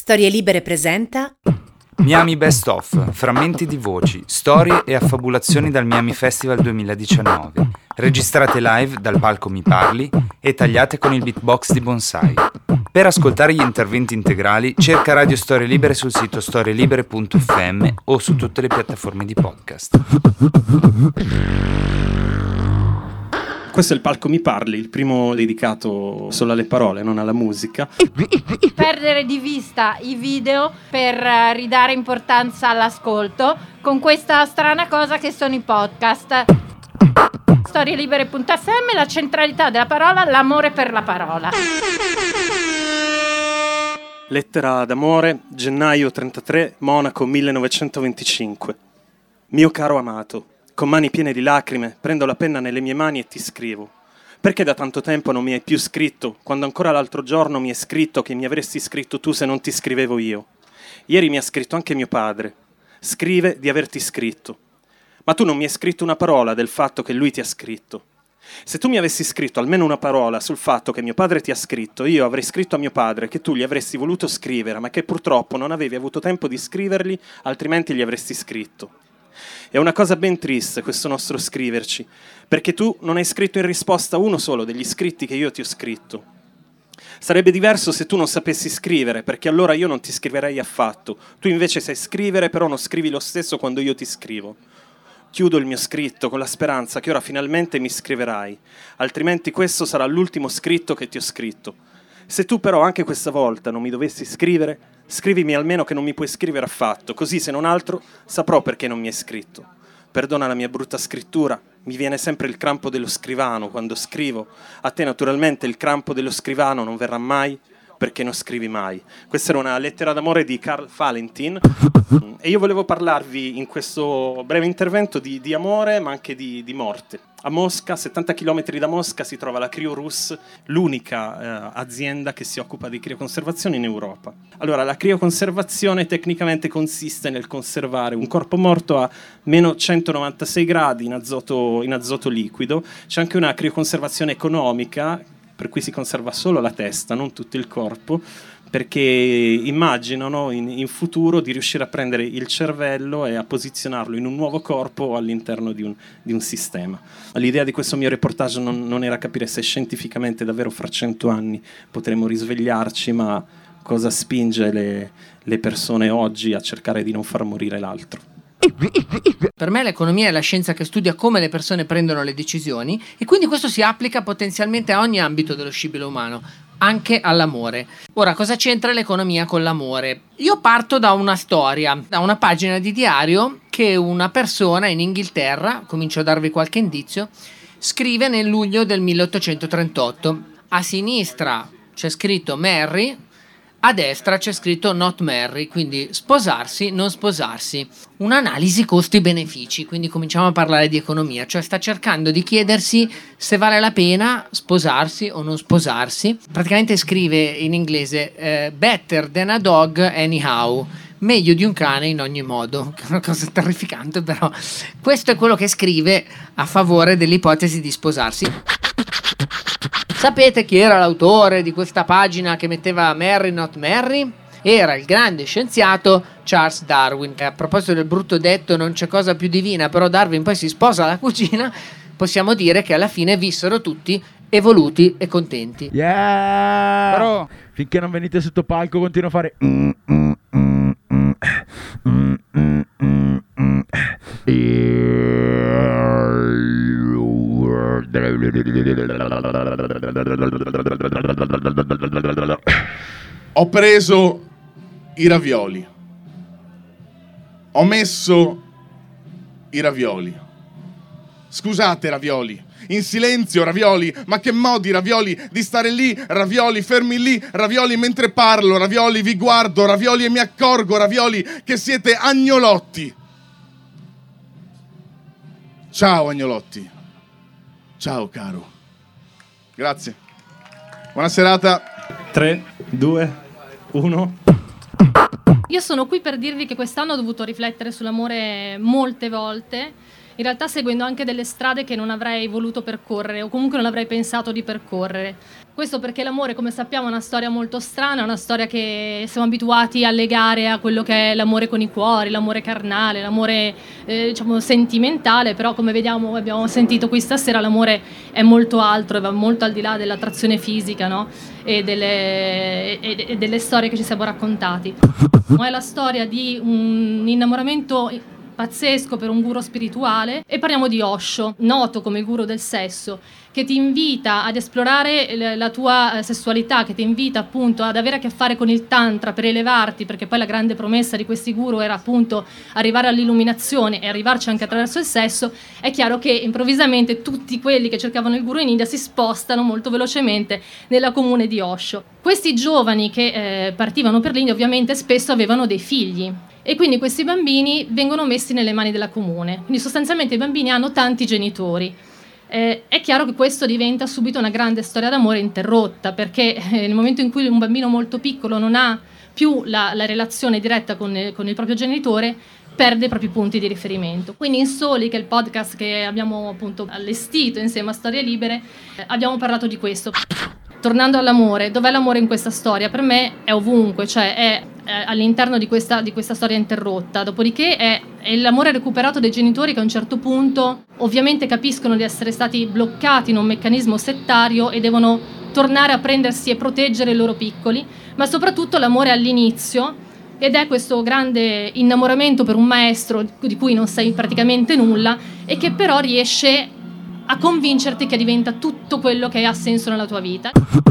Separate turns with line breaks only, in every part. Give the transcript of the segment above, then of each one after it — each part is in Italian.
Storie Libere presenta
Miami Best Of, frammenti di voci, storie e affabulazioni dal Miami Festival 2019, registrate live dal palco Mi Parli e tagliate con il beatbox di Bonsai. Per ascoltare gli interventi integrali cerca Radio Storie Libere sul sito storielibere.fm o su tutte le piattaforme di podcast.
Questo è il palco Mi Parli, il primo dedicato solo alle parole, non alla musica.
Perdere di vista i video per ridare importanza all'ascolto con questa strana cosa che sono i podcast. Storielibere.fm, la centralità della parola, l'amore per la parola.
Lettera d'amore, gennaio 33, Monaco 1925. Mio caro amato, con mani piene di lacrime, prendo la penna nelle mie mani e ti scrivo. Perché da tanto tempo non mi hai più scritto, quando ancora l'altro giorno mi hai scritto che mi avresti scritto tu se non ti scrivevo io? Ieri mi ha scritto anche mio padre. Scrive di averti scritto. Ma tu non mi hai scritto una parola del fatto che lui ti ha scritto. Se tu mi avessi scritto almeno una parola sul fatto che mio padre ti ha scritto, io avrei scritto a mio padre che tu gli avresti voluto scrivere, ma che purtroppo non avevi avuto tempo di scrivergli, altrimenti gli avresti scritto. È una cosa ben triste questo nostro scriverci, perché tu non hai scritto in risposta uno solo degli scritti che io ti ho scritto. Sarebbe diverso se tu non sapessi scrivere, perché allora io non ti scriverei affatto. Tu invece sai scrivere, però non scrivi lo stesso quando io ti scrivo. Chiudo il mio scritto con la speranza che ora finalmente mi scriverai, altrimenti questo sarà l'ultimo scritto che ti ho scritto. Se tu però anche questa volta non mi dovessi scrivere, scrivimi almeno che non mi puoi scrivere affatto, così se non altro saprò perché non mi hai scritto. Perdona la mia brutta scrittura, mi viene sempre il crampo dello scrivano quando scrivo. A te naturalmente il crampo dello scrivano non verrà mai, perché non scrivi mai. Questa era una lettera d'amore di Karl Valentin e io volevo parlarvi in questo breve intervento di amore ma anche di morte. A Mosca, 70 km da Mosca, si trova la Cryo-Rus, l'unica azienda che si occupa di crioconservazione in Europa. Allora, la crioconservazione tecnicamente consiste nel conservare un corpo morto a meno 196 gradi in azoto liquido. C'è anche una crioconservazione economica, per cui si conserva solo la testa, non tutto il corpo, perché immaginano in futuro di riuscire a prendere il cervello e a posizionarlo in un nuovo corpo all'interno di un sistema. L'idea di questo mio reportage non era capire se scientificamente davvero fra 100 anni potremo risvegliarci, ma cosa spinge le persone oggi a cercare di non far morire l'altro.
Per me l'economia è la scienza che studia come le persone prendono le decisioni e quindi questo si applica potenzialmente a ogni ambito dello scibile umano, anche all'amore. Ora, cosa c'entra l'economia con l'amore? Io parto da una storia, da una pagina di diario che una persona in Inghilterra, comincio a darvi qualche indizio, scrive nel luglio del 1838. A sinistra c'è scritto Mary, a destra c'è scritto not marry, quindi sposarsi, non sposarsi. Un'analisi costi-benefici, quindi cominciamo a parlare di economia, cioè sta cercando di chiedersi se vale la pena sposarsi o non sposarsi. Praticamente scrive in inglese better than a dog anyhow, meglio di un cane in ogni modo, che è una cosa terrificante, però questo è quello che scrive a favore dell'ipotesi di sposarsi. Sapete chi era l'autore di questa pagina che metteva Marry not Marry? Era il grande scienziato Charles Darwin. A proposito del brutto detto non c'è cosa più divina, però Darwin poi si sposa alla cugina, possiamo dire che alla fine vissero tutti evoluti e contenti.
Yeah! Però finché non venite sotto palco continuo a fare
Ho preso i ravioli. Ho messo i ravioli. Scusate, ravioli. In silenzio, ravioli. Ma che modi, ravioli, di stare lì, ravioli, fermi lì, ravioli, mentre parlo, ravioli, vi guardo, ravioli, e mi accorgo, ravioli, che siete agnolotti. Ciao, agnolotti. Ciao, caro. Grazie. Buona serata.
3, 2, 1...
Io sono qui per dirvi che quest'anno ho dovuto riflettere sull'amore molte volte, in realtà seguendo anche delle strade che non avrei voluto percorrere o comunque non avrei pensato di percorrere. Questo perché l'amore, come sappiamo, è una storia molto strana, è una storia che siamo abituati a legare a quello che è l'amore con i cuori, l'amore carnale, l'amore diciamo sentimentale, però come vediamo, abbiamo sentito qui stasera, l'amore è molto altro e va molto al di là dell'attrazione fisica, no? E delle storie che ci siamo raccontati. È la storia di un innamoramento pazzesco per un guru spirituale, e parliamo di Osho, noto come il guru del sesso, che ti invita ad esplorare la tua sessualità, che ti invita appunto ad avere a che fare con il tantra per elevarti, perché poi la grande promessa di questi guru era appunto arrivare all'illuminazione e arrivarci anche attraverso il sesso. È chiaro che improvvisamente tutti quelli che cercavano il guru in India si spostano molto velocemente nella comune di Osho. Questi giovani che partivano per l'India ovviamente spesso avevano dei figli, e quindi questi bambini vengono messi nelle mani della comune. Quindi sostanzialmente i bambini hanno tanti genitori. È chiaro che questo diventa subito una grande storia d'amore interrotta, perché nel momento in cui un bambino molto piccolo non ha più la relazione diretta con il proprio genitore, perde i propri punti di riferimento. Quindi in Soli, che è il podcast che abbiamo appunto allestito insieme a Storie Libere, abbiamo parlato di questo. Tornando all'amore, dov'è l'amore in questa storia? Per me è ovunque, cioè è all'interno di questa storia interrotta. Dopodiché è l'amore recuperato dai genitori che a un certo punto ovviamente capiscono di essere stati bloccati in un meccanismo settario e devono tornare a prendersi e proteggere i loro piccoli, ma soprattutto l'amore all'inizio, ed è questo grande innamoramento per un maestro di cui non sai praticamente nulla e che però riesce a convincerti che diventa tutto quello che ha senso nella tua vita.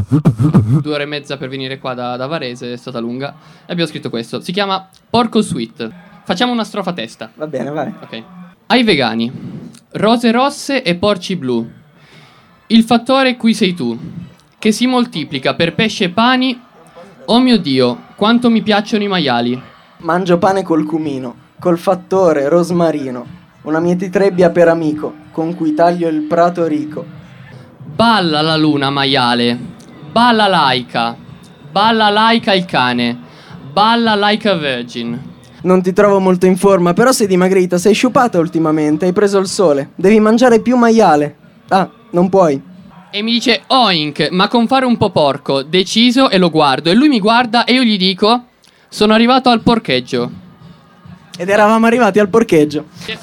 2 ore e mezza per venire qua da Varese, è stata lunga. E abbiamo scritto questo. Si chiama Porco Sweet. Facciamo una strofa a testa.
Va bene, vai.
Ok. Ai vegani, rose rosse e porci blu. Il fattore qui sei tu, che si moltiplica per pesce e pani. Oh mio Dio, quanto mi piacciono i maiali.
Mangio pane col cumino, col fattore rosmarino. Una mietitrebbia per amico, con cui taglio il prato rico.
Balla la luna maiale, balla laica il cane, balla like a virgin.
Non ti trovo molto in forma, però sei dimagrita, sei sciupata ultimamente, hai preso il sole. Devi mangiare più maiale. Ah, non puoi.
E mi dice oink, ma con fare un po' porco, deciso, e lo guardo. E lui mi guarda e io gli dico, sono arrivato al porcheggio.
Ed eravamo arrivati al porcheggio.
Yes.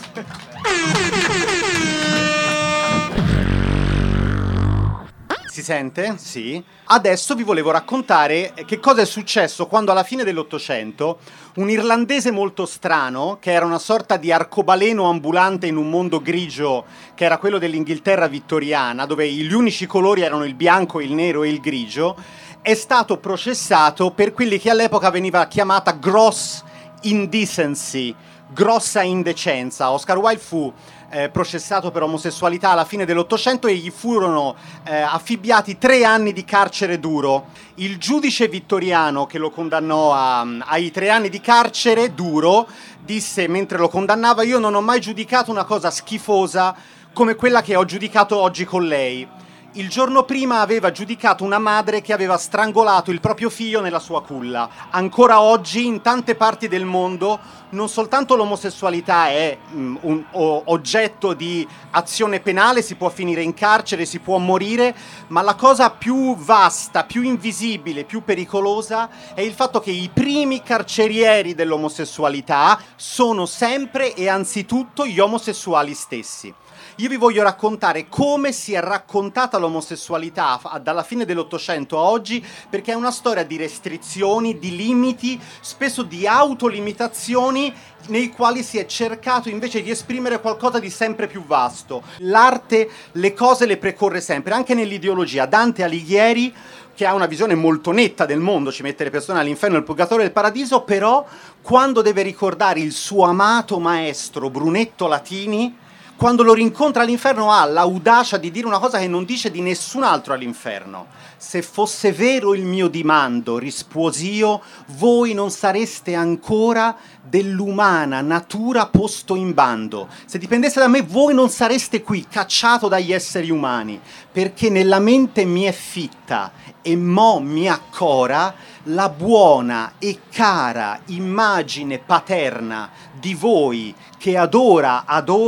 Si sente? Sì. Adesso vi volevo raccontare che cosa è successo quando alla fine dell'Ottocento un irlandese molto strano, che era una sorta di arcobaleno ambulante in un mondo grigio che era quello dell'Inghilterra vittoriana, dove gli unici colori erano il bianco, il nero e il grigio, è stato processato per quelli che all'epoca veniva chiamata gross indecency, grossa indecenza. Oscar Wilde fu processato per omosessualità alla fine dell'Ottocento e gli furono affibbiati 3 anni di carcere duro. Il giudice vittoriano che lo condannò ai 3 anni di carcere duro disse mentre lo condannava: io non ho mai giudicato una cosa schifosa come quella che ho giudicato oggi con lei. Il giorno prima aveva giudicato una madre che aveva strangolato il proprio figlio nella sua culla. Ancora oggi in tante parti del mondo non soltanto l'omosessualità è un oggetto di azione penale, si può finire in carcere, si può morire, ma la cosa più vasta, più invisibile, più pericolosa è il fatto che i primi carcerieri dell'omosessualità sono sempre e anzitutto gli omosessuali stessi. Io vi voglio raccontare come si è raccontata l'omosessualità dalla fine dell'Ottocento a oggi, perché è una storia di restrizioni, di limiti, spesso di autolimitazioni, nei quali si è cercato invece di esprimere qualcosa di sempre più vasto. L'arte, le cose le precorre sempre, anche nell'ideologia. Dante Alighieri, che ha una visione molto netta del mondo, ci mette le persone all'inferno, nel purgatorio e nel paradiso, però quando deve ricordare il suo amato maestro Brunetto Latini, quando lo rincontra all'inferno ha l'audacia di dire una cosa che non dice di nessun altro all'inferno. Se fosse vero il mio dimando, risposi io, voi non sareste ancora dell'umana natura posto in bando. Se dipendesse da me, voi non sareste qui, cacciato dagli esseri umani, perché nella mente mi è fitta e mo mi accora la buona e cara immagine paterna di voi che ad ora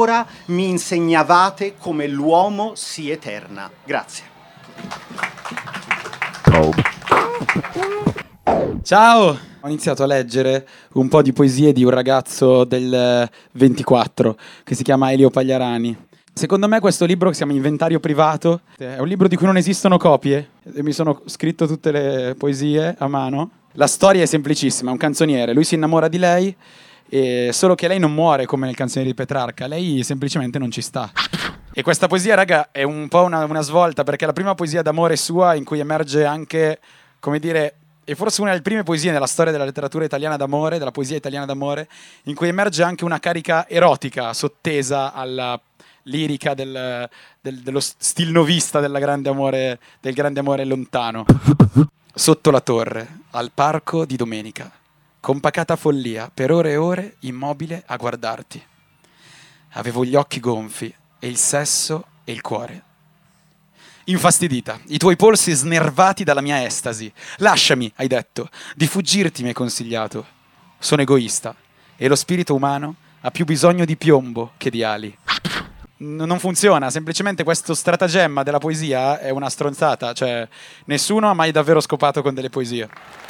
mi insegnavate come l'uomo si eterna. Grazie.
Ciao! Ho iniziato a leggere un po' di poesie di un ragazzo del 24 che si chiama Elio Pagliarani. Secondo me questo libro, che si chiama Inventario privato, è un libro di cui non esistono copie. E mi sono scritto tutte le poesie a mano. La storia è semplicissima, è un canzoniere. Lui si innamora di lei, solo che lei non muore come nel canzoniere di Petrarca. Lei semplicemente non ci sta. E questa poesia, raga, è un po' una svolta, perché è la prima poesia d'amore sua in cui emerge anche, come dire... E forse una delle prime poesie nella storia della letteratura italiana d'amore, della poesia italiana d'amore, in cui emerge anche una carica erotica sottesa alla lirica dello stil novista del grande amore lontano. Sotto la torre, al parco di domenica, con pacata follia, per ore e ore, immobile a guardarti. Avevo gli occhi gonfi e il sesso e il cuore. Infastidita, i tuoi polsi snervati dalla mia estasi. Lasciami, hai detto, di fuggirti mi hai consigliato. Sono egoista e lo spirito umano ha più bisogno di piombo che di ali. Non funziona, semplicemente questo stratagemma della poesia è una stronzata, cioè nessuno ha mai davvero scopato con delle poesie.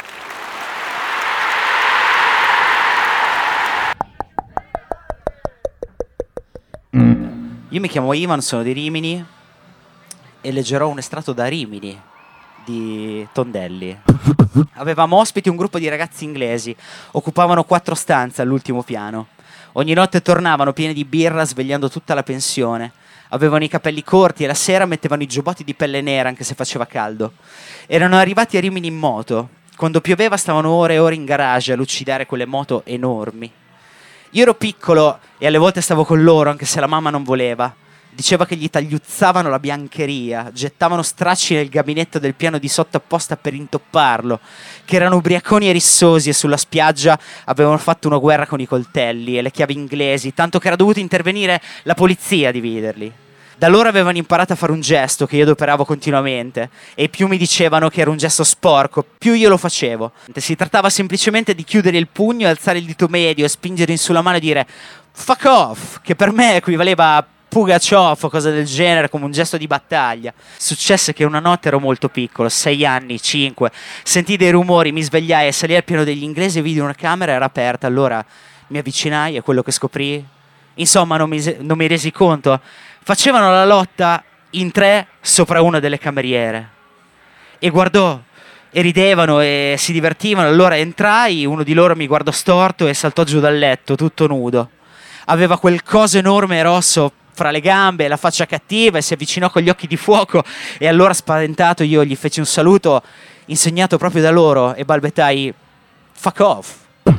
Io mi chiamo Ivan, sono di Rimini e leggerò un estratto da Rimini di Tondelli. Avevamo ospiti un gruppo di ragazzi inglesi, occupavano 4 stanze all'ultimo piano. Ogni notte tornavano pieni di birra, svegliando tutta la pensione. Avevano i capelli corti e la sera mettevano i giubbotti di pelle nera anche se faceva caldo. Erano arrivati a Rimini in moto. Quando pioveva stavano ore e ore in garage a lucidare quelle moto enormi. Io ero piccolo e alle volte stavo con loro anche se la mamma non voleva. Diceva che gli tagliuzzavano la biancheria, gettavano stracci nel gabinetto del piano di sotto apposta per intopparlo, che erano ubriaconi e rissosi e sulla spiaggia avevano fatto una guerra con i coltelli e le chiavi inglesi, tanto che era dovuta intervenire la polizia a dividerli. Da loro avevano imparato a fare un gesto che io adoperavo continuamente e più mi dicevano che era un gesto sporco, più io lo facevo. Si trattava semplicemente di chiudere il pugno, alzare il dito medio e spingere in su la mano e dire fuck off, che per me equivaleva a Pugaciov o cosa del genere, come un gesto di battaglia. Successe che una notte ero molto piccolo, 6 anni, 5, sentii dei rumori, mi svegliai e salii al piano degli inglesi e vidi una camera era aperta. Allora mi avvicinai e quello che scoprì, insomma non mi resi conto, facevano la lotta in 3 sopra una delle cameriere e guardò e ridevano e si divertivano. Allora entrai, uno di loro mi guardò storto e saltò giù dal letto tutto nudo, aveva quel coso enorme e rosso fra le gambe, la faccia cattiva, e si avvicinò con gli occhi di fuoco. E allora spaventato io gli feci un saluto insegnato proprio da loro e balbettai fuck off.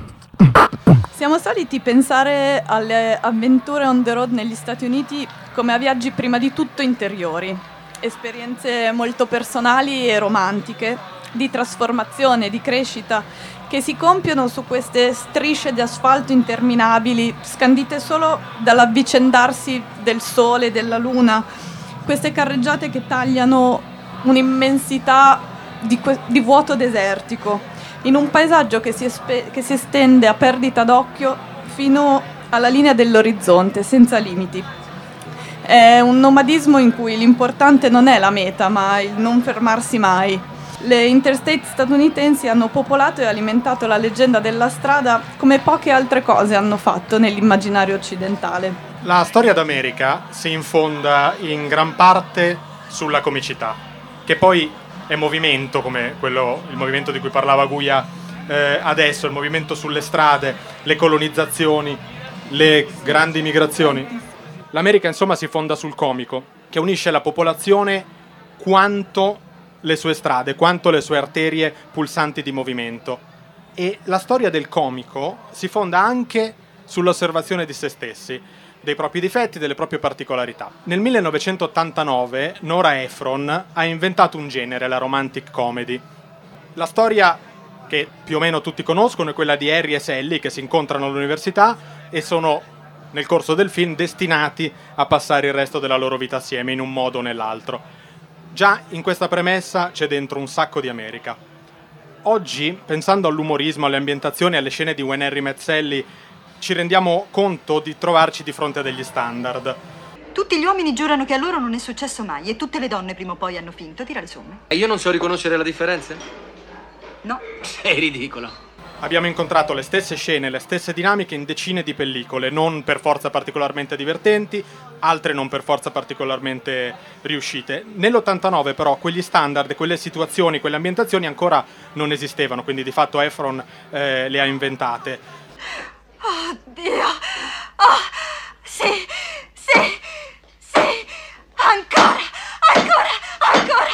Siamo soliti pensare alle avventure on the road negli Stati Uniti come a viaggi prima di tutto interiori, esperienze molto personali e romantiche, di trasformazione, di crescita, che si compiono su queste strisce di asfalto interminabili, scandite solo dall'avvicendarsi del sole e della luna, queste carreggiate che tagliano un'immensità di vuoto desertico, in un paesaggio che si estende a perdita d'occhio fino alla linea dell'orizzonte, senza limiti. È un nomadismo in cui l'importante non è la meta, ma il non fermarsi mai. Le interstate statunitensi hanno popolato e alimentato la leggenda della strada come poche altre cose hanno fatto nell'immaginario occidentale.
La storia d'America si infonda in gran parte sulla comicità, che poi è movimento come il movimento di cui parlava Guia adesso, il movimento sulle strade, le colonizzazioni, le grandi migrazioni. L'America insomma si fonda sul comico, che unisce la popolazione quanto le sue strade, quanto le sue arterie pulsanti di movimento. E la storia del comico si fonda anche sull'osservazione di se stessi, dei propri difetti, delle proprie particolarità. Nel 1989 Nora Ephron ha inventato un genere, la romantic comedy. La storia che più o meno tutti conoscono è quella di Harry e Sally che si incontrano all'università e sono nel corso del film destinati a passare il resto della loro vita assieme in un modo o nell'altro. Già in questa premessa c'è dentro un sacco di America. Oggi, pensando all'umorismo, alle ambientazioni, alle scene di When Harry Met Sally, ci rendiamo conto di trovarci di fronte a degli standard.
Tutti gli uomini giurano che a loro non è successo mai e tutte le donne prima o poi hanno finto. Tira le somme.
E io non so riconoscere la differenza?
No.
Sei ridicolo.
Abbiamo incontrato le stesse scene, le stesse dinamiche in decine di pellicole, non per forza particolarmente divertenti, altre non per forza particolarmente riuscite. Nell'89 però quegli standard, quelle situazioni, quelle ambientazioni ancora non esistevano, quindi di fatto Efron le ha inventate.
Oh Dio! Oh, sì, sì, sì, ancora, ancora, ancora!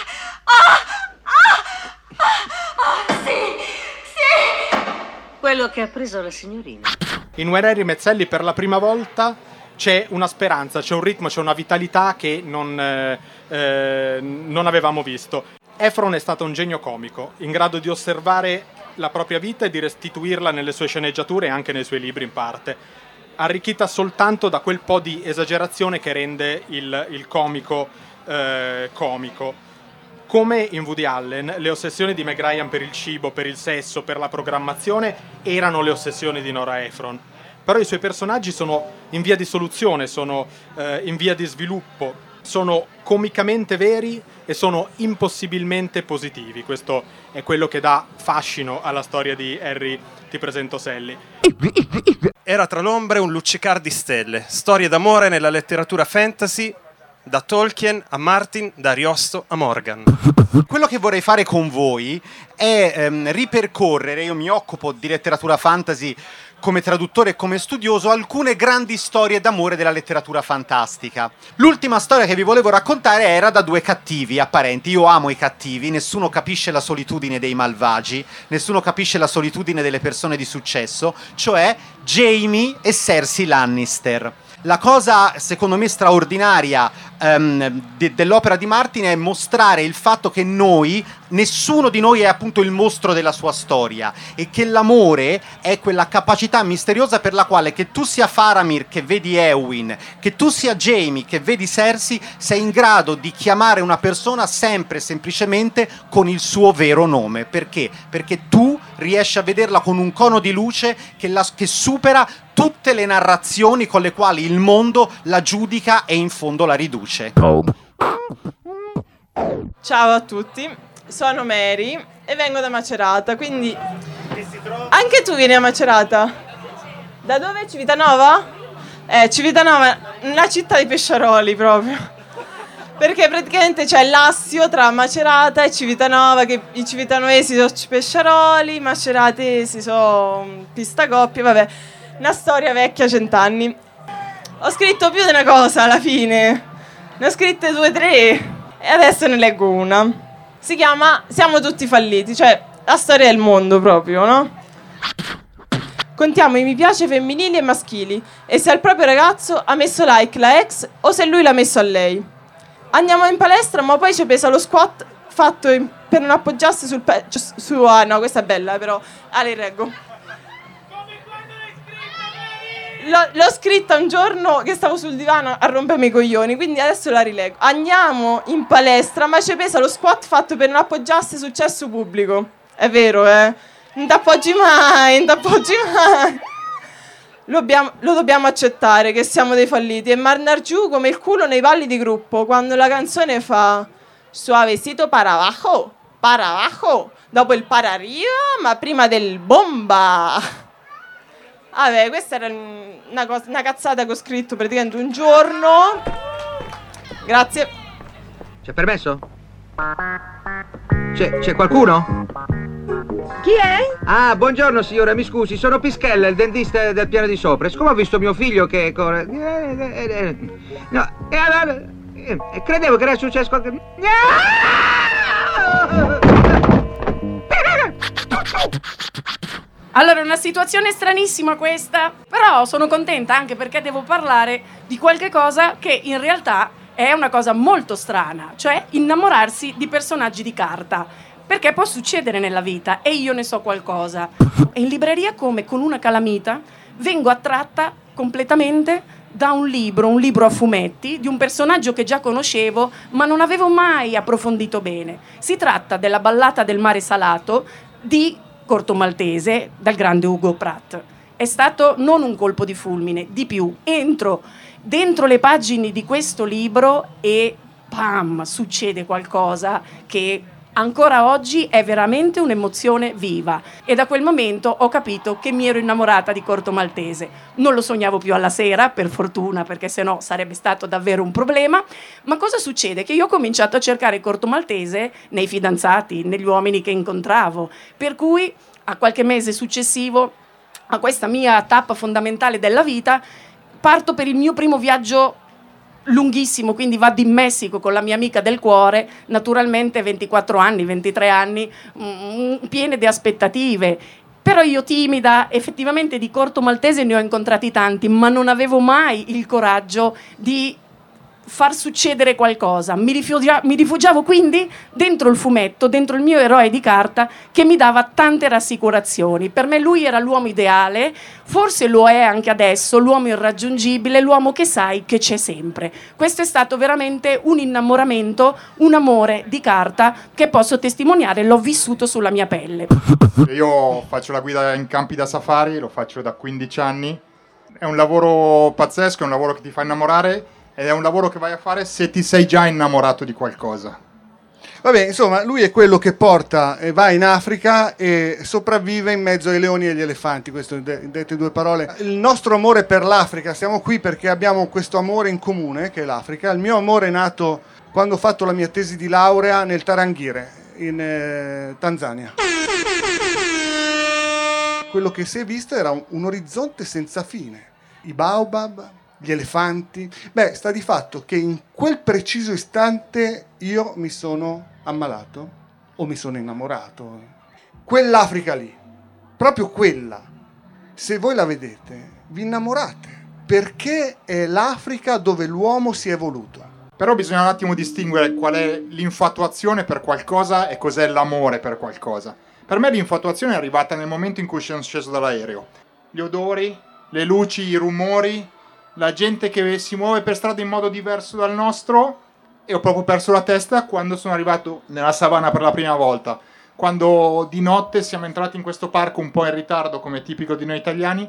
Sì, sì!
Quello che ha preso la signorina.
In Where Harry Met Sally per la prima volta c'è una speranza, c'è un ritmo, c'è una vitalità che non avevamo visto. Efron è stato un genio comico, in grado di osservare la propria vita e di restituirla nelle sue sceneggiature e anche nei suoi libri in parte, arricchita soltanto da quel po' di esagerazione che rende il comico comico. Come in Woody Allen, le ossessioni di Meg Ryan per il cibo, per il sesso, per la programmazione erano le ossessioni di Nora Ephron. Però i suoi personaggi sono in via di soluzione, sono in via di sviluppo, sono comicamente veri e sono impossibilmente positivi. Questo è quello che dà fascino alla storia di Harry, ti presento Sally.
Era tra l'ombre un luccicar di stelle, storie d'amore nella letteratura fantasy, da Tolkien a Martin, da Ariosto a Morgan.
Quello che vorrei fare con voi è ripercorrere, io mi occupo di letteratura fantasy come traduttore e come studioso, alcune grandi storie d'amore della letteratura fantastica. L'ultima storia che vi volevo raccontare era da due cattivi apparenti. Io amo i cattivi, nessuno capisce la solitudine dei malvagi, nessuno capisce la solitudine delle persone di successo, cioè Jaime e Cersei Lannister. La cosa, secondo me, straordinaria dell'opera di Martin è mostrare il fatto che nessuno di noi è appunto il mostro della sua storia e che l'amore è quella capacità misteriosa per la quale, che tu sia Faramir che vedi Éowyn, che tu sia Jaime che vedi Cersei, sei in grado di chiamare una persona sempre semplicemente con il suo vero nome. Perché? Perché tu riesci a vederla con un cono di luce che supera tutte le narrazioni con le quali il mondo la giudica e in fondo la riduce.
Ciao a tutti, sono Mary e vengo da Macerata, quindi anche tu vieni a Macerata? Da dove? Civitanova? Civitanova, una città di pesciaroli proprio, perché praticamente c'è l'assio tra Macerata e Civitanova, che i civitanovesi sono pesciaroli, i maceratesi sono pistacoppie, vabbè, una storia vecchia, 100 anni. Ho scritto più di una cosa alla fine, ne ho scritte 2 o 3 e adesso ne leggo una. Si chiama Siamo tutti falliti, cioè la storia del mondo proprio, no? Contiamo i mi piace femminili e maschili e se al proprio ragazzo ha messo like la ex o se lui l'ha messo a lei. Andiamo in palestra ma poi ci pesa lo squat fatto per non appoggiarsi sul ah no, questa è bella però, le reggo. L'ho scritta un giorno che stavo sul divano a rompermi i coglioni, quindi adesso la rileggo. Andiamo in palestra, ma ci pesa lo squat fatto per non appoggiarsi sul cesso pubblico. È vero, Non t'appoggi mai, non t'appoggi mai. Lo dobbiamo accettare che siamo dei falliti e mandar giù come il culo nei balli di gruppo quando la canzone fa suavecito para abajo, dopo il para arriba, ma prima del bomba. Vabbè, questa era una cazzata che ho scritto praticamente un giorno. Grazie.
C'è permesso? C'è qualcuno?
Chi è?
Ah, buongiorno signora, mi scusi, sono Pischella, il dentista del piano di sopra. Siccome ho visto mio figlio che corre... No, credevo che era successo qualche...
Allora, una situazione stranissima questa, però sono contenta anche perché devo parlare di qualche cosa che in realtà è una cosa molto strana, cioè innamorarsi di personaggi di carta, perché può succedere nella vita e io ne so qualcosa. E in libreria, come con una calamita, vengo attratta completamente da un libro a fumetti di un personaggio che già conoscevo ma non avevo mai approfondito bene. Si tratta della Ballata del mare salato di Corto Maltese dal grande Hugo Pratt. È stato non un colpo di fulmine, di più. Entro dentro le pagine di questo libro e pam, succede qualcosa che ancora oggi è veramente un'emozione viva e da quel momento ho capito che mi ero innamorata di Corto Maltese. Non lo sognavo più alla sera, per fortuna, perché sennò sarebbe stato davvero un problema. Ma cosa succede? Che io ho cominciato a cercare Corto Maltese nei fidanzati, negli uomini che incontravo, per cui a qualche mese successivo a questa mia tappa fondamentale della vita parto per il mio primo viaggio lunghissimo, quindi vado in Messico con la mia amica del cuore, naturalmente 24 anni, 23 anni, piene di aspettative. Però io timida, effettivamente di Corto Maltese ne ho incontrati tanti, ma non avevo mai il coraggio di far succedere qualcosa. Mi rifugiavo quindi dentro il fumetto, dentro il mio eroe di carta che mi dava tante rassicurazioni. Per me lui era l'uomo ideale, forse lo è anche adesso, l'uomo irraggiungibile, l'uomo che sai che c'è sempre. Questo è stato veramente un innamoramento, un amore di carta che posso testimoniare, l'ho vissuto sulla mia pelle.
Io faccio la guida in campi da safari, lo faccio da 15 anni. È un lavoro pazzesco, è un lavoro che ti fa innamorare. Ed è un lavoro che vai a fare se ti sei già innamorato di qualcosa.
Vabbè, insomma, lui è quello che porta e va in Africa e sopravvive in mezzo ai leoni e agli elefanti. Questo in dette due parole. Il nostro amore per l'Africa, siamo qui perché abbiamo questo amore in comune, che è l'Africa. Il mio amore è nato quando ho fatto la mia tesi di laurea nel Tarangire, in Tanzania. Quello che si è visto era un orizzonte senza fine. I baobab, gli elefanti. Beh, sta di fatto che in quel preciso istante io mi sono ammalato o mi sono innamorato. Quell'Africa lì, proprio quella, se voi la vedete, vi innamorate, perché è l'Africa dove l'uomo si è evoluto.
Però bisogna un attimo distinguere qual è l'infatuazione per qualcosa e cos'è l'amore per qualcosa. Per me l'infatuazione è arrivata nel momento in cui sono sceso dall'aereo. Gli odori, le luci, i rumori, la gente che si muove per strada in modo diverso dal nostro, e ho proprio perso la testa quando sono arrivato nella savana per la prima volta, quando di notte siamo entrati in questo parco un po' in ritardo, come tipico di noi italiani,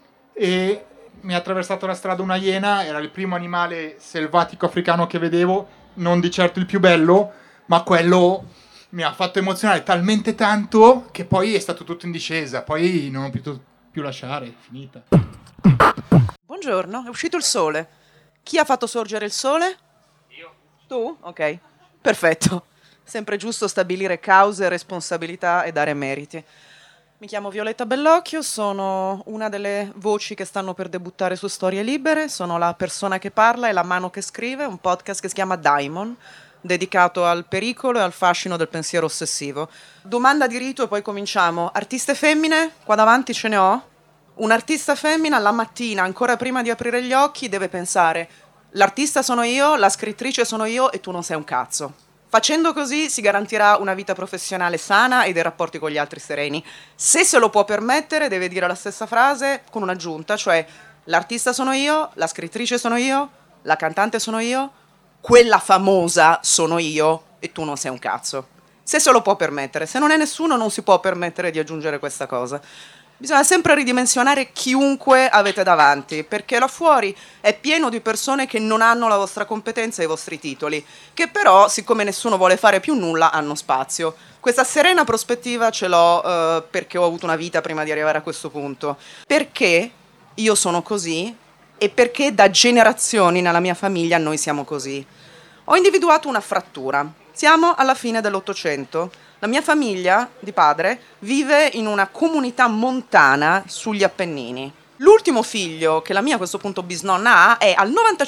e mi ha attraversato la strada una iena. Era il primo animale selvatico africano che vedevo, non di certo il più bello, ma quello mi ha fatto emozionare talmente tanto che poi è stato tutto in discesa, poi non ho potuto più lasciare, è finita.
Buongiorno, è uscito il sole. Chi ha fatto sorgere il sole? Io. Tu? Ok, perfetto. Sempre giusto stabilire cause, responsabilità e dare meriti. Mi chiamo Violetta Bellocchio, sono una delle voci che stanno per debuttare su Storie Libere, sono la persona che parla e la mano che scrive, un podcast che si chiama Daimon, dedicato al pericolo e al fascino del pensiero ossessivo. Domanda di rito e poi cominciamo. Artiste femmine? Qua davanti ce ne ho. Un'artista femmina la mattina, ancora prima di aprire gli occhi, deve pensare: l'artista sono io, la scrittrice sono io e tu non sei un cazzo. Facendo così si garantirà una vita professionale sana e dei rapporti con gli altri sereni. Se lo può permettere, deve dire la stessa frase con un'aggiunta, cioè: l'artista sono io, la scrittrice sono io, la cantante sono io, quella famosa sono io e tu non sei un cazzo. Se lo può permettere, se non è nessuno non si può permettere di aggiungere questa cosa. Bisogna sempre ridimensionare chiunque avete davanti, perché là fuori è pieno di persone che non hanno la vostra competenza e i vostri titoli, che però, siccome nessuno vuole fare più nulla, hanno spazio. Questa serena prospettiva ce l'ho perché ho avuto una vita prima di arrivare a questo punto. Perché io sono così e perché da generazioni nella mia famiglia noi siamo così. Ho individuato una frattura. Siamo alla fine dell'800. La mia famiglia di padre vive in una comunità montana sugli Appennini. L'ultimo figlio che la mia a questo punto bisnonna ha è al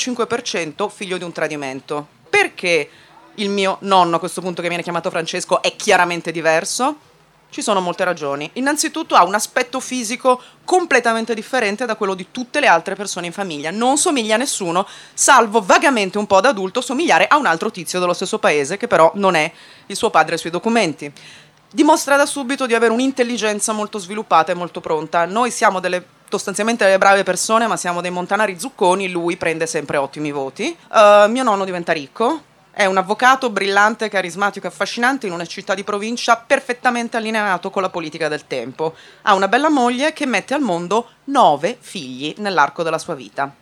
95% figlio di un tradimento. Perché il mio nonno a questo punto, che viene chiamato Francesco, è chiaramente diverso? Ci sono molte ragioni. Innanzitutto ha un aspetto fisico completamente differente da quello di tutte le altre persone in famiglia. Non somiglia a nessuno, salvo vagamente un po' da adulto somigliare a un altro tizio dello stesso paese, che però non è il suo padre sui documenti. Dimostra da subito di avere un'intelligenza molto sviluppata e molto pronta. Noi siamo sostanzialmente delle brave persone, ma siamo dei montanari zucconi. Lui prende sempre ottimi voti. Mio nonno diventa ricco. È un avvocato brillante, carismatico e affascinante in una città di provincia perfettamente allineato con la politica del tempo. Ha una bella moglie che mette al mondo 9 figli nell'arco della sua vita.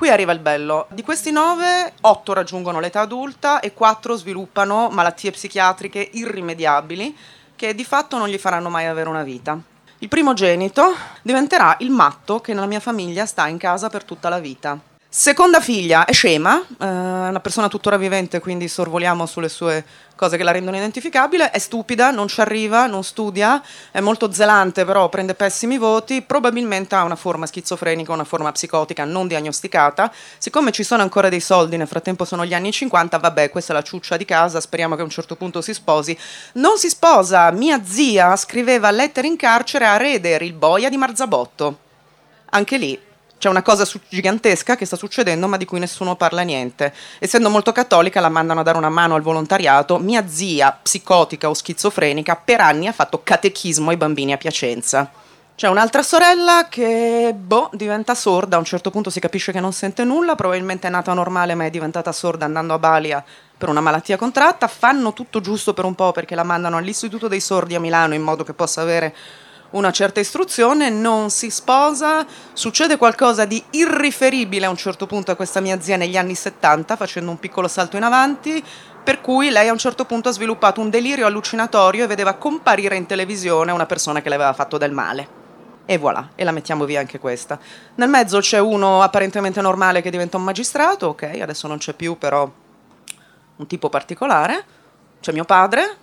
Qui arriva il bello. Di questi 9, 8 raggiungono l'età adulta e 4 sviluppano malattie psichiatriche irrimediabili che di fatto non gli faranno mai avere una vita. Il primogenito diventerà il matto che nella mia famiglia sta in casa per tutta la vita. Seconda figlia è scema, è una persona tuttora vivente, quindi sorvoliamo sulle sue cose che la rendono identificabile, è stupida, non ci arriva, non studia, è molto zelante però prende pessimi voti, probabilmente ha una forma schizofrenica, una forma psicotica non diagnosticata. Siccome ci sono ancora dei soldi, nel frattempo sono gli anni 50, vabbè, questa è la ciuccia di casa, speriamo che a un certo punto si sposi. Non si sposa, mia zia scriveva lettere in carcere a Reder, il boia di Marzabotto. Anche lì c'è una cosa gigantesca che sta succedendo ma di cui nessuno parla niente. Essendo molto cattolica la mandano a dare una mano al volontariato. Mia zia, psicotica o schizofrenica, per anni ha fatto catechismo ai bambini a Piacenza. C'è un'altra sorella che, diventa sorda, a un certo punto si capisce che non sente nulla, probabilmente è nata normale ma è diventata sorda andando a Balia per una malattia contratta. Fanno tutto giusto per un po' perché la mandano all'Istituto dei Sordi a Milano in modo che possa avere una certa istruzione, non si sposa, succede qualcosa di irriferibile a un certo punto a questa mia zia negli anni 70, facendo un piccolo salto in avanti, per cui lei a un certo punto ha sviluppato un delirio allucinatorio e vedeva comparire in televisione una persona che le aveva fatto del male. E voilà, e la mettiamo via anche questa. Nel mezzo c'è uno apparentemente normale che diventa un magistrato, ok, adesso non c'è più, però un tipo particolare. C'è mio padre,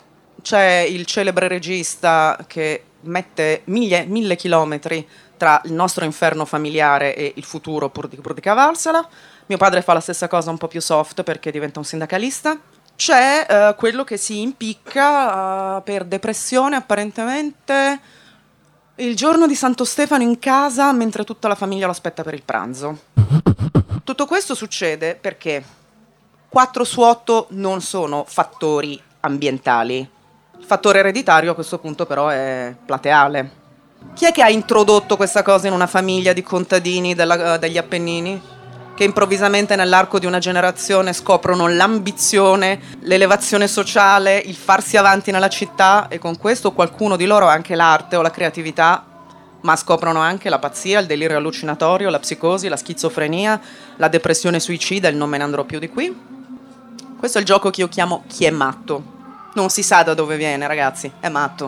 c'è il celebre regista che mette 1000 chilometri tra il nostro inferno familiare e il futuro pur di cavarsela. Mio padre fa la stessa cosa un po' più soft perché diventa un sindacalista. C'è quello che si impicca per depressione apparentemente il giorno di Santo Stefano in casa mentre tutta la famiglia lo aspetta per il pranzo. Tutto questo succede perché 4 su 8 non sono fattori ambientali. Il fattore ereditario a questo punto però è plateale. Chi è che ha introdotto questa cosa in una famiglia di contadini degli Appennini? Che improvvisamente nell'arco di una generazione scoprono l'ambizione, l'elevazione sociale, il farsi avanti nella città e con questo qualcuno di loro ha anche l'arte o la creatività, ma scoprono anche la pazzia, il delirio allucinatorio, la psicosi, la schizofrenia, la depressione suicida, il non me ne andrò più di qui. Questo è il gioco che io chiamo Chi è matto. Non si sa da dove viene, ragazzi, è matto.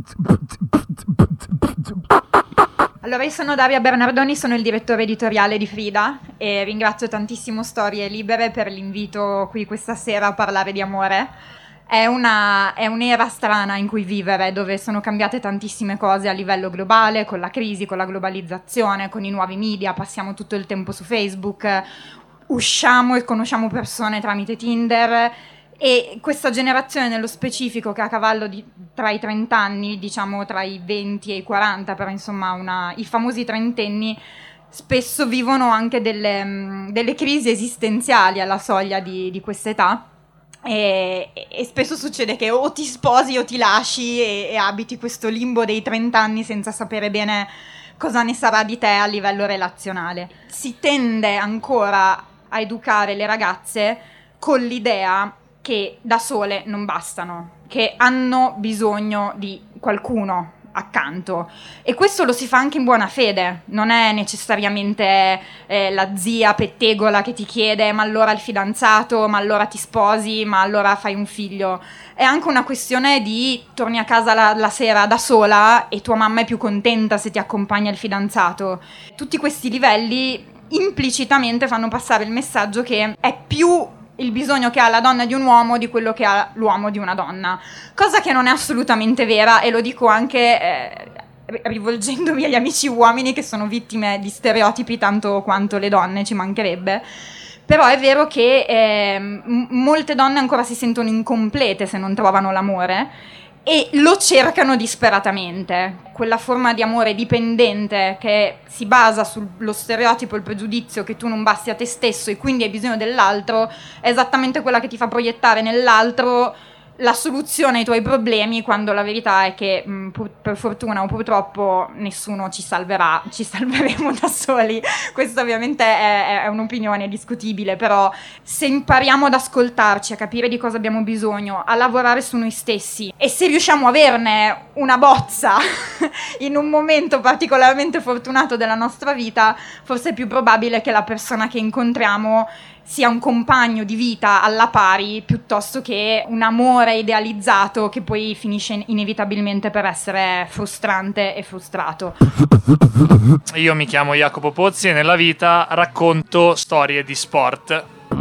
Allora, io sono Daria Bernardoni, sono il direttore editoriale di Frida e ringrazio tantissimo Storie Libere per l'invito qui questa sera a parlare di amore. È un'era strana in cui vivere, dove sono cambiate tantissime cose a livello globale, con la crisi, con la globalizzazione, con i nuovi media, passiamo tutto il tempo su Facebook, usciamo e conosciamo persone tramite Tinder. E questa generazione nello specifico, che è a cavallo tra i 30 anni, diciamo tra i 20 e i 40, però insomma i famosi trentenni, spesso vivono anche delle crisi esistenziali alla soglia di questa età e spesso succede che o ti sposi o ti lasci e abiti questo limbo dei 30 anni senza sapere bene cosa ne sarà di te a livello relazionale. Si tende ancora a educare le ragazze con l'idea che da sole non bastano, che hanno bisogno di qualcuno accanto, e questo lo si fa anche in buona fede, non è necessariamente la zia pettegola che ti chiede ma allora il fidanzato, ma allora ti sposi, ma allora fai un figlio. È anche una questione di torni a casa la sera da sola e tua mamma è più contenta se ti accompagna il fidanzato. Tutti questi livelli implicitamente fanno passare il messaggio che è più il bisogno che ha la donna di un uomo di quello che ha l'uomo di una donna, cosa che non è assolutamente vera, e lo dico anche rivolgendomi agli amici uomini che sono vittime di stereotipi tanto quanto le donne, ci mancherebbe. Però è vero che molte donne ancora si sentono incomplete se non trovano l'amore e lo cercano disperatamente, quella forma di amore dipendente che si basa sullo stereotipo, il pregiudizio che tu non basti a te stesso e quindi hai bisogno dell'altro, è esattamente quella che ti fa proiettare nell'altro la soluzione ai tuoi problemi, quando la verità è che per fortuna o purtroppo nessuno ci salverà, ci salveremo da soli. Questa ovviamente è un'opinione discutibile, però se impariamo ad ascoltarci, a capire di cosa abbiamo bisogno, a lavorare su noi stessi, e se riusciamo a averne una bozza in un momento particolarmente fortunato della nostra vita, forse è più probabile che la persona che incontriamo sia un compagno di vita alla pari, piuttosto che un amore idealizzato che poi finisce inevitabilmente per essere frustrante e frustrato.
Io mi chiamo Jacopo Pozzi e nella vita racconto storie di sport.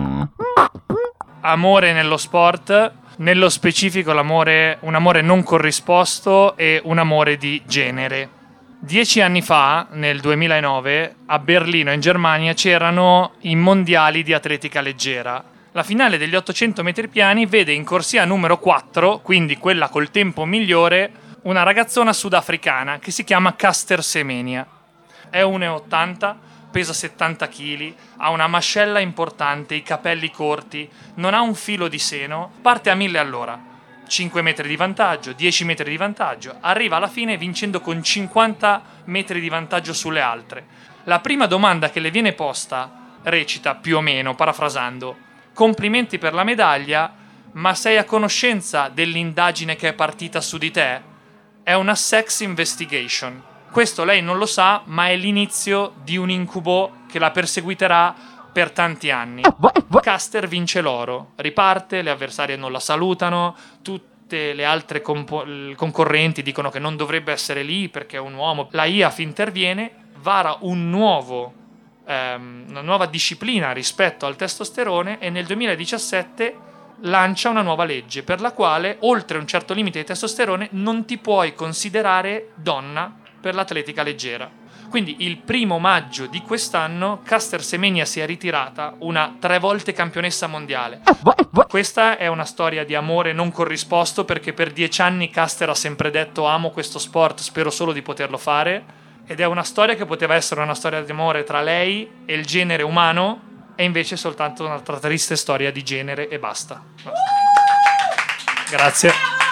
Amore nello sport, nello specifico un amore non corrisposto e un amore di genere. 10 anni fa, nel 2009, a Berlino in Germania c'erano i mondiali di atletica leggera. La finale degli 800 metri piani vede in corsia numero 4, quindi quella col tempo migliore, una ragazzona sudafricana che si chiama Caster Semenya. È 1,80, pesa 70 kg, ha una mascella importante, i capelli corti, non ha un filo di seno, parte a 1000 all'ora. 5 metri di vantaggio, 10 metri di vantaggio, arriva alla fine vincendo con 50 metri di vantaggio sulle altre. La prima domanda che le viene posta recita, più o meno, parafrasando: complimenti per la medaglia, ma sei a conoscenza dell'indagine che è partita su di te? È una sex investigation. Questo lei non lo sa, ma è l'inizio di un incubo che la perseguiterà per tanti anni. Caster vince l'oro, riparte, le avversarie non la salutano, tutte le altre concorrenti dicono che non dovrebbe essere lì perché è un uomo. La IAF interviene, vara una nuova disciplina rispetto al testosterone e nel 2017 lancia una nuova legge per la quale, oltre un certo limite di testosterone, non ti puoi considerare donna per l'atletica leggera. Quindi il 1 maggio di quest'anno Caster Semenya si è ritirata, una 3 volte campionessa mondiale. Questa è una storia di amore non corrisposto, perché per 10 anni Caster ha sempre detto: amo questo sport, spero solo di poterlo fare. Ed è una storia che poteva essere una storia di amore tra lei e il genere umano, e invece è soltanto un'altra triste storia di genere e basta. Grazie.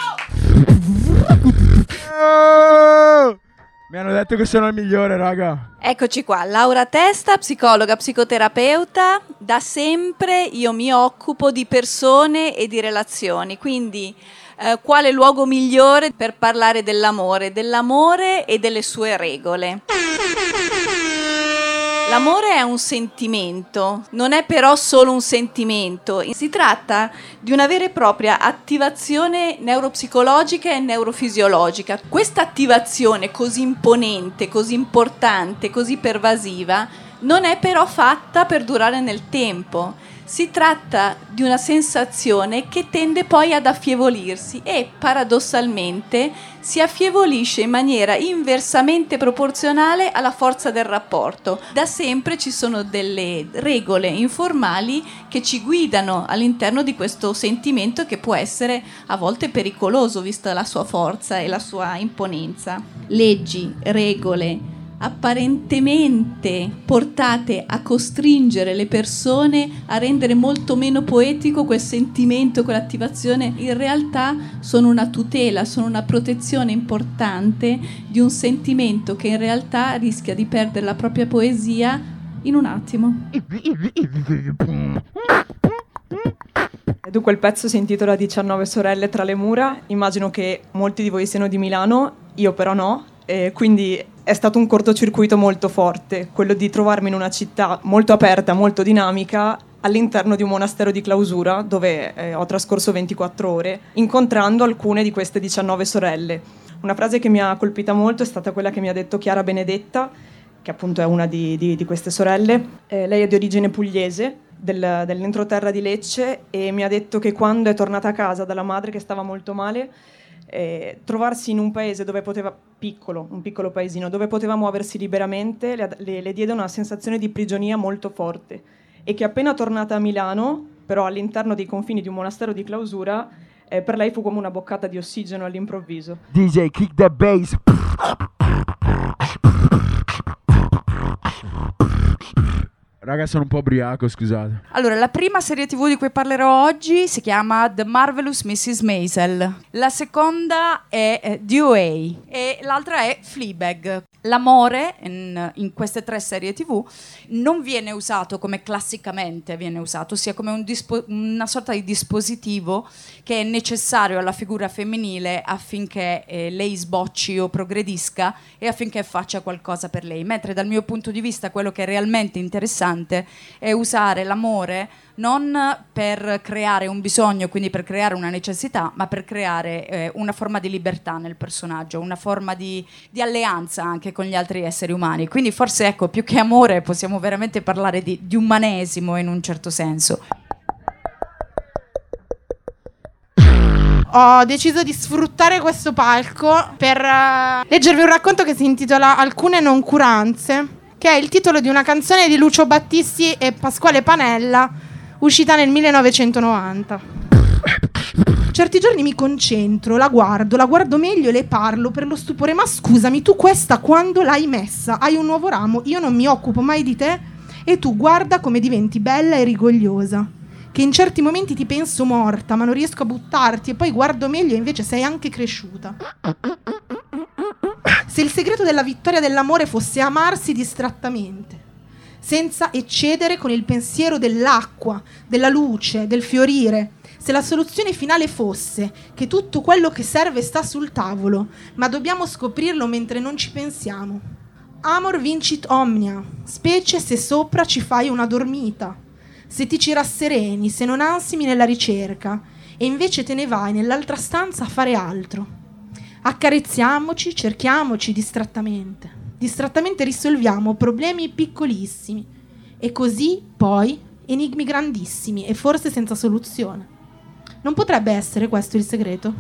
Mi hanno detto che sono il migliore, raga.
Eccoci qua, Laura Testa, psicologa, psicoterapeuta. Da sempre io mi occupo di persone e di relazioni, quindi quale luogo migliore per parlare dell'amore e delle sue regole. L'amore è un sentimento, non è però solo un sentimento, si tratta di una vera e propria attivazione neuropsicologica e neurofisiologica. Questa attivazione così imponente, così importante, così pervasiva, non è però fatta per durare nel tempo. Si tratta di una sensazione che tende poi ad affievolirsi e paradossalmente si affievolisce in maniera inversamente proporzionale alla forza del rapporto. Da sempre ci sono delle regole informali che ci guidano all'interno di questo sentimento, che può essere a volte pericoloso vista la sua forza e la sua imponenza. Leggi, regole apparentemente portate a costringere le persone a rendere molto meno poetico quel sentimento, quell'attivazione, in realtà sono una tutela, sono una protezione importante di un sentimento che in realtà rischia di perdere la propria poesia in un attimo.
Dunque il pezzo si intitola 19 sorelle tra le mura. Immagino che molti di voi siano di Milano, io però no, quindi è stato un cortocircuito molto forte, quello di trovarmi in una città molto aperta, molto dinamica, all'interno di un monastero di clausura, dove ho trascorso 24 ore, incontrando alcune di queste 19 sorelle. Una frase che mi ha colpita molto è stata quella che mi ha detto Chiara Benedetta, che appunto è una di queste sorelle. Lei è di origine pugliese, dell'entroterra di Lecce, e mi ha detto che quando è tornata a casa dalla madre che stava molto male, trovarsi in un paese dove poteva, un piccolo paesino, dove poteva muoversi liberamente, le diede una sensazione di prigionia molto forte, e che appena tornata a Milano, però all'interno dei confini di un monastero di clausura, per lei fu come una boccata di ossigeno all'improvviso.
DJ, kick the bass. Raga, sono un po' ubriaco, scusate.
Allora, la prima serie TV di cui parlerò oggi si chiama The Marvelous Mrs. Maisel. La seconda è DOA e l'altra è Fleabag. L'amore in queste 3 serie TV non viene usato come classicamente viene usato, ossia come una sorta di dispositivo che è necessario alla figura femminile affinché lei sbocci o progredisca e affinché faccia qualcosa per lei. Mentre dal mio punto di vista quello che è realmente interessante è usare l'amore non per creare un bisogno, quindi per creare una necessità, ma per creare una forma di libertà nel personaggio, una forma di alleanza anche con gli altri esseri umani. Quindi forse, ecco, più che amore possiamo veramente parlare di umanesimo in un certo senso.
Ho deciso di sfruttare questo palco per leggervi un racconto che si intitola Alcune noncuranze, che è il titolo di una canzone di Lucio Battisti e Pasquale Panella, uscita nel 1990. Certi giorni mi concentro, la guardo meglio e le parlo per lo stupore. Ma scusami, tu questa quando l'hai messa? Hai un nuovo ramo, io non mi occupo mai di te e tu guarda come diventi bella e rigogliosa. Che in certi momenti ti penso morta, ma non riesco a buttarti e poi guardo meglio e invece sei anche cresciuta. Se il segreto della vittoria dell'amore fosse amarsi distrattamente, senza eccedere con il pensiero dell'acqua, della luce, del fiorire, se la soluzione finale fosse che tutto quello che serve sta sul tavolo, ma dobbiamo scoprirlo mentre non ci pensiamo. Amor vincit omnia, specie se sopra ci fai una dormita, se ti ci rassereni, se non ansimi nella ricerca e invece te ne vai nell'altra stanza a fare altro. Accarezziamoci, cerchiamoci distrattamente. Distrattamente risolviamo problemi piccolissimi e così poi enigmi grandissimi e forse senza soluzione. Non potrebbe essere questo il segreto?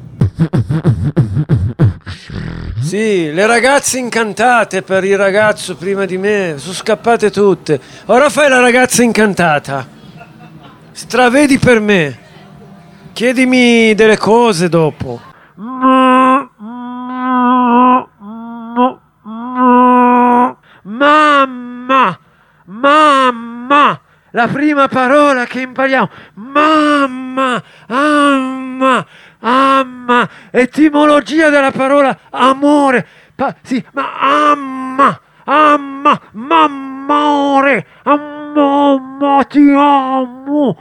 Sì, le ragazze incantate per il ragazzo prima di me sono scappate tutte. Ora fai la ragazza incantata. Stravedi per me. Chiedimi delle cose dopo. Mamma, la prima parola che impariamo. Mamma, etimologia della parola amore. Sì, ma mammore, mamma, ti amo.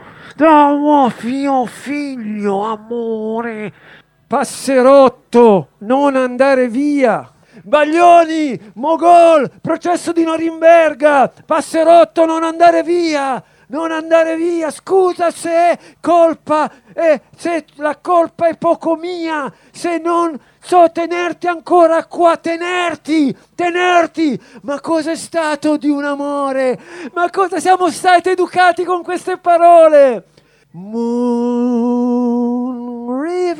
Figlio, amore. Passerotto, non andare via. Baglioni, Mogol, processo di Norimberga. Passerotto, non andare via. Non andare via. Scusa se colpa, se la colpa è poco mia, se non so tenerti ancora qua, tenerti. Ma cos'è stato di un amore? Ma cosa siamo stati educati con queste parole? Moon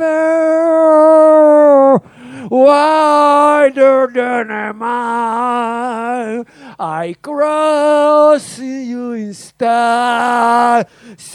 River, wider than a mile, I cross you in style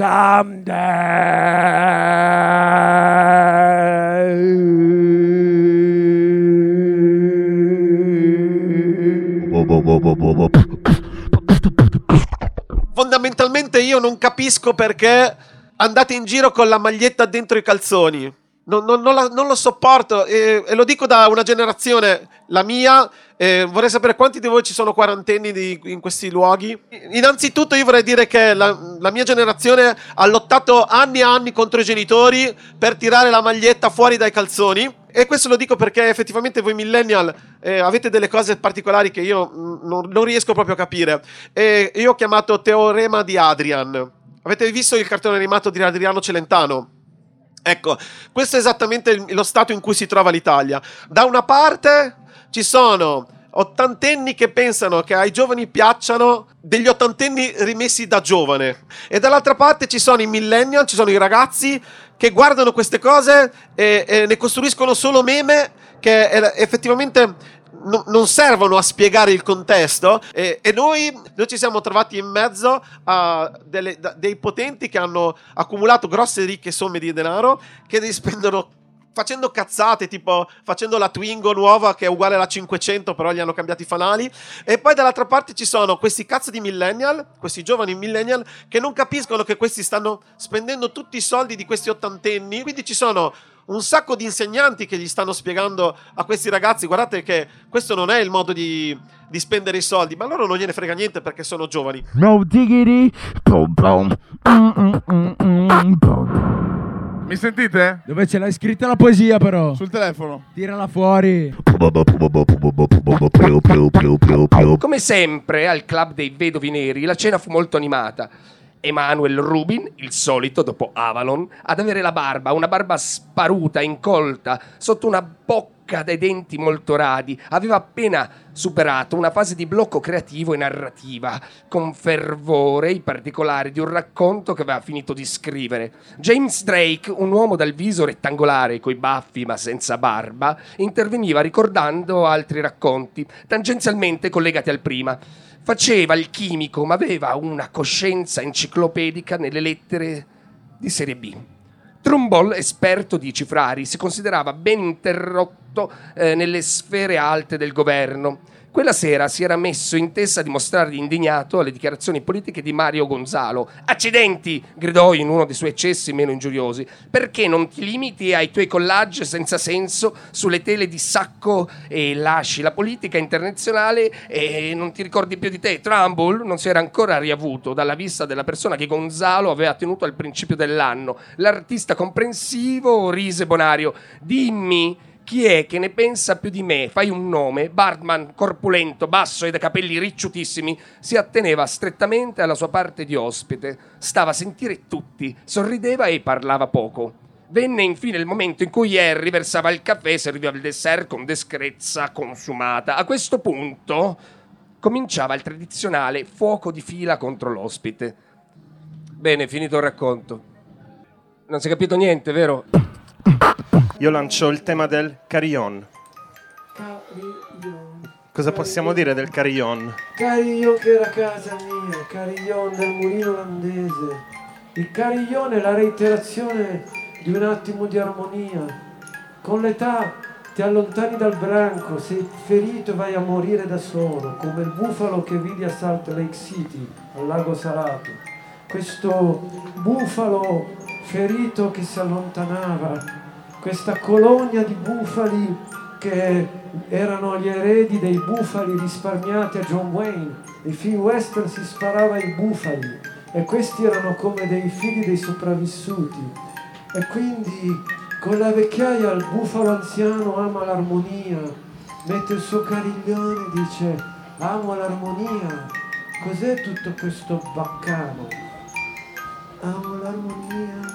Fondamentalmente io non capisco perché andate in giro con la maglietta dentro i calzoni. Non lo sopporto e lo dico da una generazione, la mia. Vorrei sapere quanti di voi ci sono quarantenni in questi luoghi. Innanzitutto io vorrei dire che la mia generazione ha lottato anni e anni contro i genitori per tirare la maglietta fuori dai calzoni. E questo lo dico perché effettivamente voi millennial avete delle cose particolari che io non riesco proprio a capire. Io ho chiamato Teorema di Adrian. Avete visto il cartone animato di Adriano Celentano? Ecco, questo è esattamente lo stato in cui si trova l'Italia. Da una parte ci sono ottantenni che pensano che ai giovani piacciono degli ottantenni rimessi da giovane, e dall'altra parte ci sono i millennial, ci sono i ragazzi che guardano queste cose e ne costruiscono solo meme che effettivamente non servono a spiegare il contesto, e noi ci siamo trovati in mezzo a dei potenti che hanno accumulato grosse ricche somme di denaro che li spendono facendo cazzate, tipo facendo la Twingo nuova che è uguale alla 500, però gli hanno cambiato i fanali. E poi dall'altra parte ci sono questi cazzo di millennial, questi giovani millennial che non capiscono che questi stanno spendendo tutti i soldi di questi ottantenni. Quindi ci sono un sacco di insegnanti che gli stanno spiegando a questi ragazzi: guardate che questo non è il modo di spendere i soldi, ma loro non gliene frega niente perché sono giovani.
No diggity.
Mi sentite?
Dove ce l'hai scritta la poesia però?
Sul telefono.
Tirala fuori.
Come sempre al club dei vedovi neri la cena fu molto animata. Emanuel Rubin, il solito dopo Avalon, ad avere la barba, una barba sparuta, incolta, sotto una bocca dai denti molto radi. Aveva appena superato una fase di blocco creativo e narrativa, con fervore i particolari di un racconto che aveva finito di scrivere. James Drake, un uomo dal viso rettangolare, coi baffi ma senza barba, interveniva ricordando altri racconti, tangenzialmente collegati al prima. Faceva il chimico, ma aveva una coscienza enciclopedica nelle lettere di serie B. Trumbull, esperto di cifrari, si considerava ben interrotto nelle sfere alte del governo. Quella sera si era messo in testa di mostrare indignato alle dichiarazioni politiche di Mario Gonzalo. «Accidenti!» gridò in uno dei suoi eccessi meno ingiuriosi. «Perché non ti limiti ai tuoi collage senza senso sulle tele di Sacco e lasci la politica internazionale e non ti ricordi più di te?» Trumbull non si era ancora riavuto dalla vista della persona che Gonzalo aveva tenuto al principio dell'anno. L'artista comprensivo rise bonario. «Dimmi, chi è che ne pensa più di me? Fai un nome». Bartman, corpulento, basso e da capelli ricciutissimi, si atteneva strettamente alla sua parte di ospite. Stava a sentire tutti, sorrideva e parlava poco. Venne infine il momento in cui Harry versava il caffè e serviva il dessert con discrezza consumata. A questo punto cominciava il tradizionale fuoco di fila contro l'ospite. Bene, finito il racconto. Non si è capito niente, vero?
Io lancio il tema del carillon. Cosa possiamo dire del carillon?
Carillon che era casa mia, carillon del mulino olandese. Il carillon è la reiterazione di un attimo di armonia. Con l'età ti allontani dal branco, sei ferito e vai a morire da solo, come il bufalo che vidi a Salt Lake City, al lago Salato. Questo bufalo ferito che si allontanava, questa colonia di bufali che erano gli eredi dei bufali risparmiati a John Wayne. Nei film western si sparava ai bufali e questi erano come dei figli dei sopravvissuti. E quindi con la vecchiaia il bufalo anziano ama l'armonia, mette il suo cariglione e dice: amo l'armonia. Cos'è tutto questo baccano? Amo l'armonia.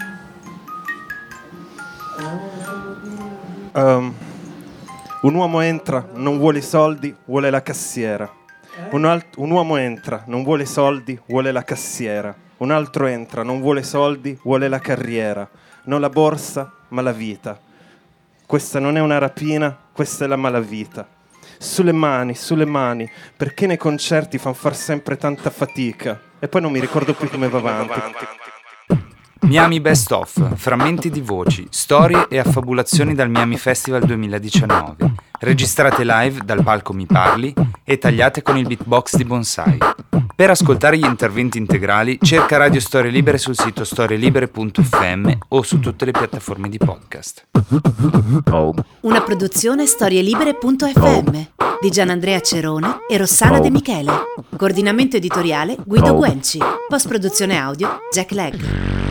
Un uomo entra, non vuole i soldi, vuole la cassiera. Un uomo entra, non vuole i soldi, vuole la cassiera. Un altro entra, non vuole soldi, vuole la carriera. Non la borsa, ma la vita. Questa non è una rapina, questa è la malavita. Sulle mani, perché nei concerti fan far sempre tanta fatica? E poi non mi ricordo più come va avanti.
Miami Best Of, frammenti di voci, storie e affabulazioni dal Miami Festival 2019, registrate live dal palco Mi Parli e tagliate con il beatbox di Bonsai. Per ascoltare gli interventi integrali cerca Radio Storie Libere sul sito storielibere.fm o su tutte le piattaforme di podcast.
Una produzione storielibere.fm di Gianandrea Cerone e Rossana De Michele. Coordinamento editoriale Guido Guenci. Post produzione audio Jack Legg.